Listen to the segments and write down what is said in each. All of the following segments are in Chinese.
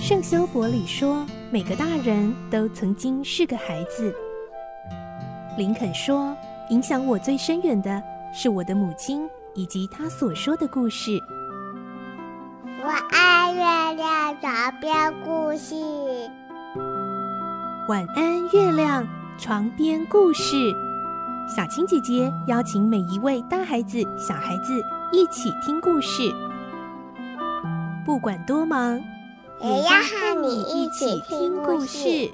圣修伯里说，每个大人都曾经是个孩子。林肯说，影响我最深远的是我的母亲以及她所说的故事。 我爱月亮床边故事。 晚安，月亮床边故事。小青姐姐邀请每一位大孩子、小孩子一起听故事，不管多忙， 也要和你一起听故事。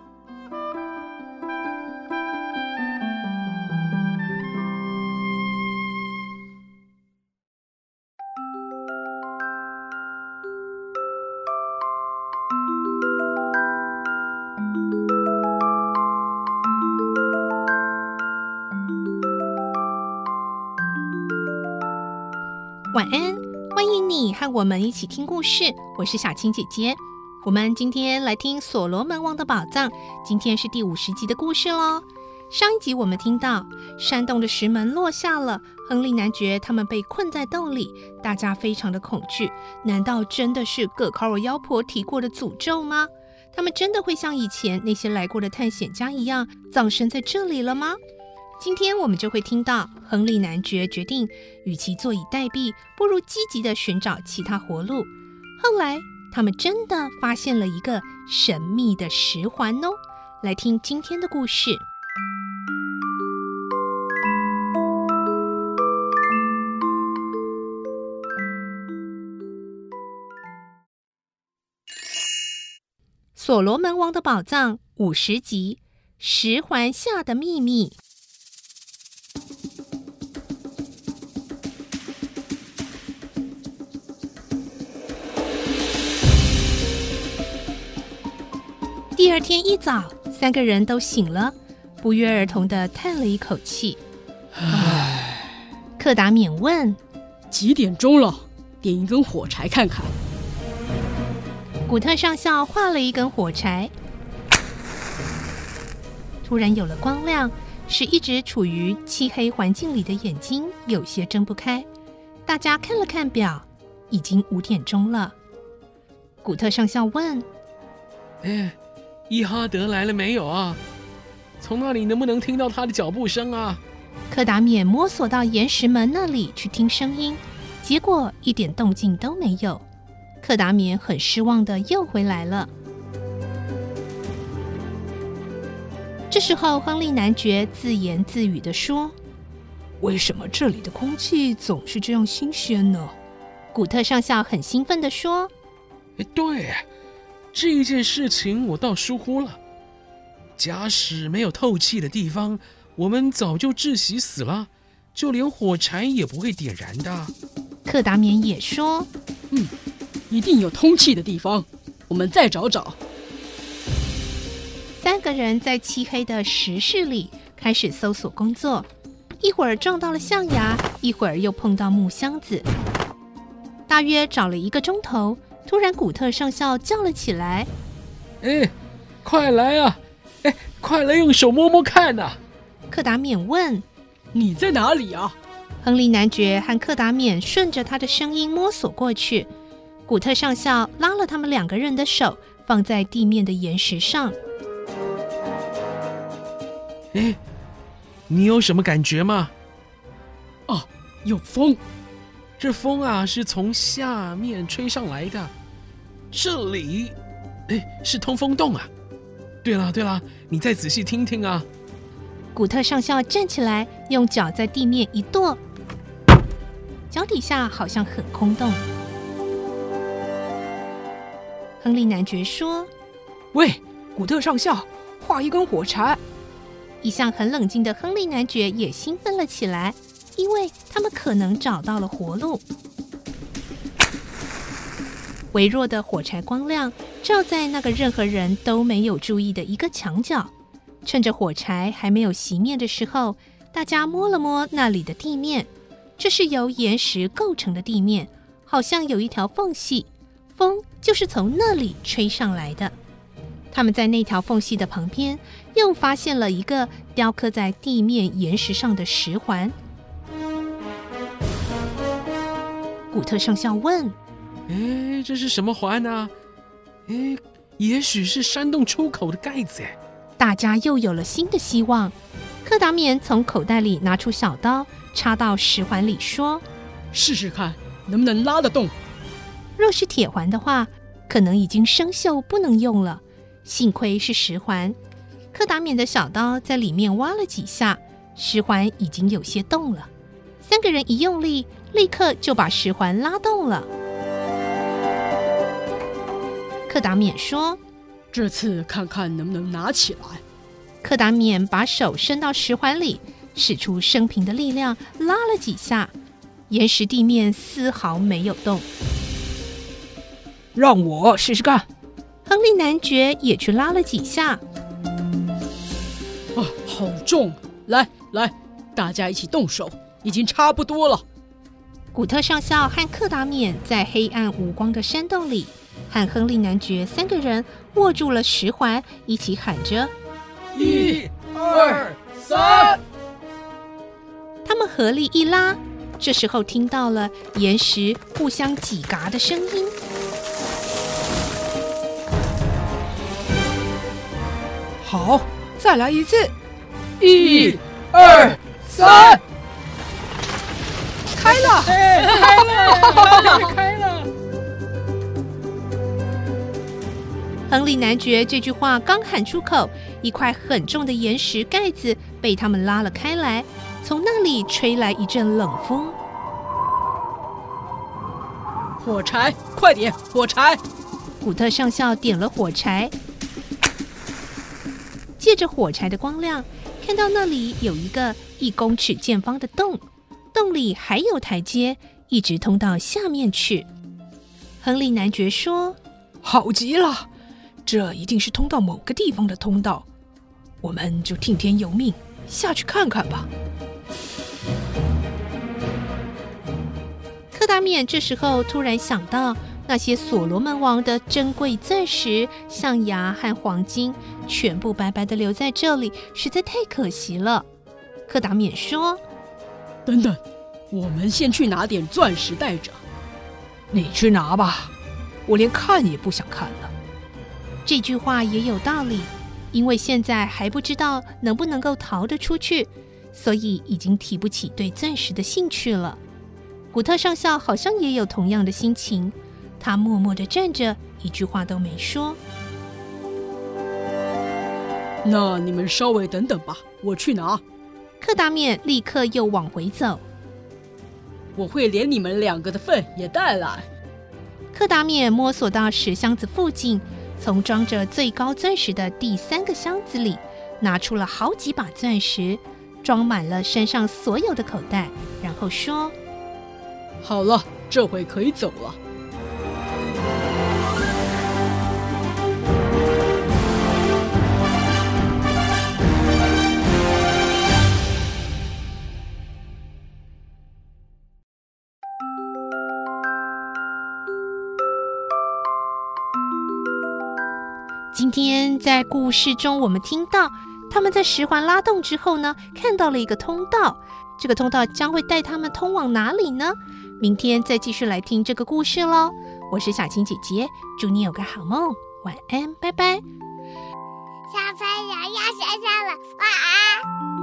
晚安，欢迎你和我们一起听故事，我是小青姐姐。我们今天来听所罗门王的宝藏，今天是第50集的故事咯。上一集我们听到山洞的石门落下了，亨利男爵他们被困在洞里，大家非常的恐惧。难道真的是葛考尔妖婆提过的诅咒吗？他们真的会像以前那些来过的探险家一样葬身在这里了吗？今天我们就会听到亨利男爵决定，与其坐以待毙，不如积极地寻找其他活路。后来他们真的发现了一个神秘的石环哦。来听今天的故事。所罗门王的宝藏50集，石环下的秘密。第二天一早，3个人都醒了，不约而同地叹了一口气。克达冕问： 几点钟了？点一根火柴看看。 古特上校画了一根火柴，突然有了光亮，使一直处于漆黑环境里的眼睛有些睁不开。大家看了看表，已经5点钟了。古特上校问： 伊哈德来了没有啊？从那里能不能听到他的脚步声啊？ 柯达冕摸索到岩石门那里去听声音，结果一点动静都没有。柯达冕很失望的又回来了。这时候亨利男爵自言自语地说：为什么这里的空气总是这样新鲜呢？古特上校很兴奋地说： 对，这一件事情我倒疏忽了。假使没有透气的地方，我们早就窒息死了，就连火柴也不会点燃的。 柯达冕也说： 一定有通气的地方，我们再找找。 3个人在漆黑的石室里开始搜索工作，一会儿撞到了象牙，一会儿又碰到木箱子，大约找了1个钟头。突然古特上校叫了起来： 快来啊！快来用手摸摸看啊！ 柯达冕问： 你在哪里啊？ 亨利男爵和柯达冕顺着他的声音摸索过去。古特上校拉了他们2个人的手，放在地面的岩石上。 你有什么感觉吗？ 有风。 这风啊，是从下面吹上来的。这里，是通风洞啊。对了，你再仔细听听啊。 古特上校站起来，用脚在地面一跺，脚底下好像很空洞。亨利男爵说： 喂，古特上校，画一根火柴。 一向很冷静的亨利男爵也兴奋了起来，因为他们可能找到了活路。微弱的火柴光亮照在那个任何人都没有注意的一个墙角，趁着火柴还没有熄灭的时候，大家摸了摸那里的地面，这是由岩石构成的地面，好像有一条缝隙，风就是从那里吹上来的。他们在那条缝隙的旁边又发现了一个雕刻在地面岩石上的石环。古特上校问： 这是什么环啊？ 也许是山洞出口的盖子。 大家又有了新的希望。柯达冕从口袋里拿出小刀，插到石环里，说： 试试看能不能拉得动。 若是铁环的话，可能已经生锈不能用了。幸亏是石环，柯达冕的小刀在里面挖了几下，石环已经有些动了。3个人一用力，立刻就把石环拉动了。柯达冕说： 这次看看能不能拿起来。 柯达冕把手伸到石环里，使出生平的力量拉了几下，岩石地面丝毫没有动。 让我试试看。 亨利男爵也去拉了几下。 好重！来，大家一起动手，已经差不多了。 古特上校和柯达冕在黑暗无光的山洞里，和亨利男爵3个人握住了石环，一起喊着 1、2、3。 他们合力一拉，这时候听到了岩石互相挤嘎的声音。 好，再来一次。 1、 2、3。 开了！ 开了！ 亨利男爵这句话刚喊出口，一块很重的岩石盖子被他们拉了开来，从那里吹来一阵冷风。 火柴，快点！火柴！ 古特上校点了火柴，借着火柴的光亮，看到那里有一个1公尺见方的洞，洞里还有台阶，一直通到下面去。亨利男爵说： 好极了，这一定是通到某个地方的通道，我们就听天由命，下去看看吧。 柯达冕这时候突然想到，那些所罗门王的珍贵钻石、象牙和黄金，全部白白的留在这里，实在太可惜了。柯达冕说： 等等，我们先去拿点钻石带着。 你去拿吧，我连看也不想看了。 这句话也有道理，因为现在还不知道能不能够逃得出去，所以已经提不起对钻石的兴趣了。古特上校好像也有同样的心情，他默默地站着，一句话都没说。 那你们稍微等等吧，我去拿。 柯达冕立刻又往回走。 我会连你们2个的份也带来。 柯达冕摸索到石箱子附近，从装着最高钻石的第3个箱子里拿出了好几把钻石，装满了身上所有的口袋，然后说： 好了，这回可以走了。 今天在故事中，我们听到他们在石环拉动之后呢，看到了一个通道。这个通道将会带他们通往哪里呢？明天再继续来听这个故事咯。我是小青姐姐，祝你有个好梦，晚安，拜拜。 小朋友要睡觉了，晚安。